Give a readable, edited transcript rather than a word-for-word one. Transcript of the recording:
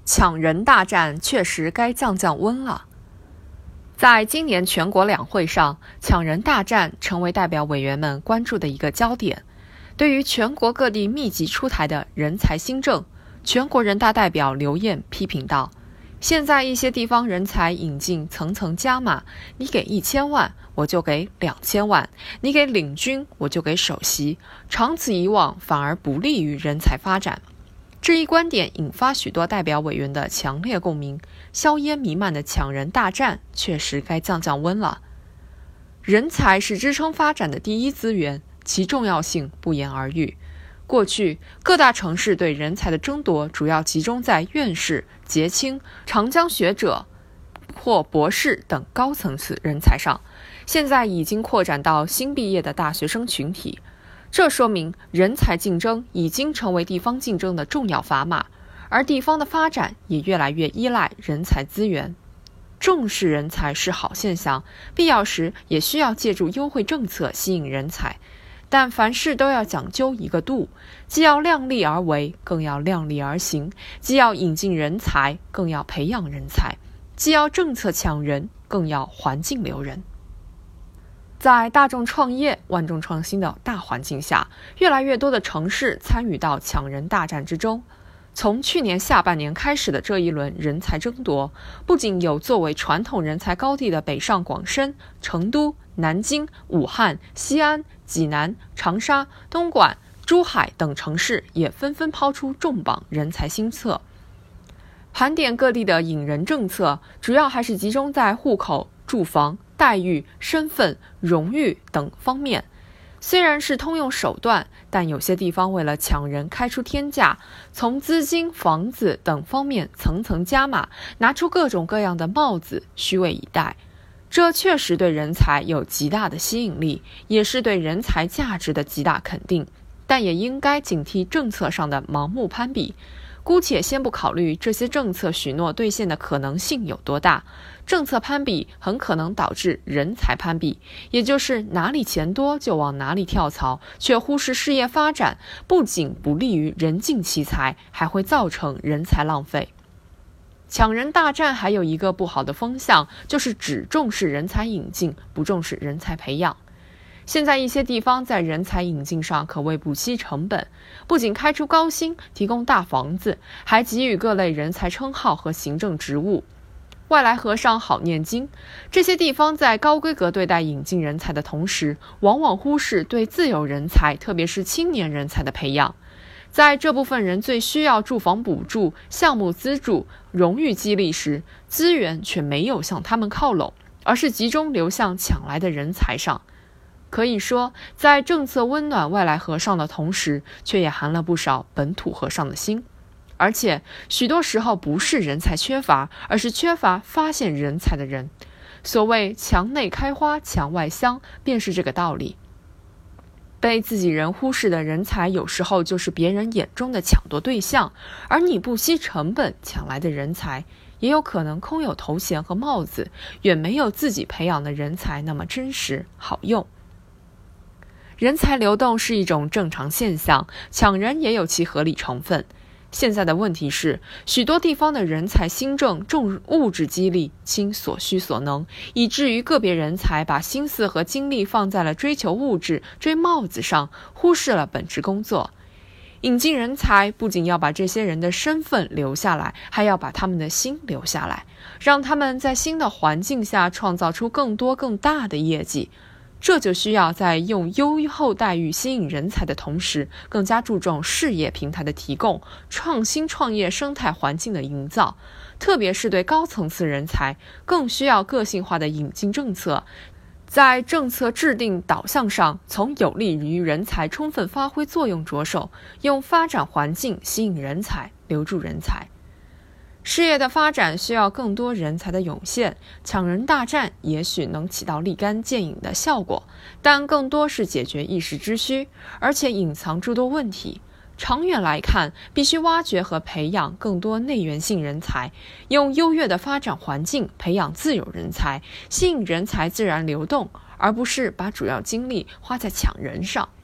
抢人大战确实该降温了。在今年全国两会上，抢人大战成为代表委员们关注的一个焦点。对于全国各地密集出台的人才新政，全国人大代表刘燕批评道：现在一些地方人才引进层层加码，你给1000万，我就给2000万，你给领军，我就给首席，长此以往反而不利于人才发展。这一观点引发许多代表委员的强烈共鸣，硝烟弥漫的抢人大战确实该降温了。人才是支撑发展的第一资源，其重要性不言而喻。过去各大城市对人才的争夺主要集中在院士、结青、长江学者或博士等高层次人才上，现在已经扩展到新毕业的大学生群体。这说明人才竞争已经成为地方竞争的重要砝码，而地方的发展也越来越依赖人才资源。重视人才是好现象，必要时也需要借助优惠政策吸引人才，但凡事都要讲究一个度，既要量力而为，更要量力而行；既要引进人才，更要培养人才；既要政策抢人，更要环境留人。在大众创业、万众创新的大环境下，越来越多的城市参与到抢人大战之中。从去年下半年开始的这一轮人才争夺，不仅有作为传统人才高地的北上广深、成都、南京、武汉、西安、济南、长沙、东莞、珠海等城市也纷纷抛出重磅人才新策。盘点各地的引人政策，主要还是集中在户口、住房、待遇、身份、荣誉等方面。虽然是通用手段，但有些地方为了抢人开出天价，从资金、房子等方面层层加码，拿出各种各样的帽子，虚位以待。这确实对人才有极大的吸引力，也是对人才价值的极大肯定，但也应该警惕政策上的盲目攀比。姑且先不考虑这些政策许诺兑现的可能性有多大，政策攀比很可能导致人才攀比，也就是哪里钱多就往哪里跳槽，却忽视事业发展，不仅不利于人尽其才，还会造成人才浪费。抢人大战还有一个不好的风向，就是只重视人才引进，不重视人才培养。现在一些地方在人才引进上可谓不惜成本，不仅开出高薪，提供大房子，还给予各类人才称号和行政职务。外来和尚好念经，这些地方在高规格对待引进人才的同时，往往忽视对自有人才，特别是青年人才的培养。在这部分人最需要住房补助、项目资助、荣誉激励时，资源却没有向他们靠拢，而是集中流向抢来的人才上。可以说，在政策温暖外来和尚的同时，却也含了不少本土和尚的心。而且许多时候不是人才缺乏，而是缺乏发现人才的人。所谓墙内开花墙外香，便是这个道理。被自己人忽视的人才，有时候就是别人眼中的抢夺对象，而你不惜成本抢来的人才，也有可能空有头衔和帽子，远没有自己培养的人才那么真实好用。人才流动是一种正常现象，抢人也有其合理成分。现在的问题是，许多地方的人才新政重物质激励，轻所需所能，以至于个别人才把心思和精力放在了追求物质、追帽子上，忽视了本职工作。引进人才不仅要把这些人的身份留下来，还要把他们的心留下来，让他们在新的环境下创造出更多更大的业绩。这就需要在用优厚待遇吸引人才的同时，更加注重事业平台的提供，创新创业生态环境的营造。特别是对高层次人才，更需要个性化的引进政策。在政策制定导向上，从有利于人才充分发挥作用着手，用发展环境吸引人才，留住人才。事业的发展需要更多人才的涌现，抢人大战也许能起到立竿见影的效果，但更多是解决一时之需，而且隐藏诸多问题。长远来看，必须挖掘和培养更多内源性人才，用优越的发展环境培养自有人才，吸引人才自然流动，而不是把主要精力花在抢人上。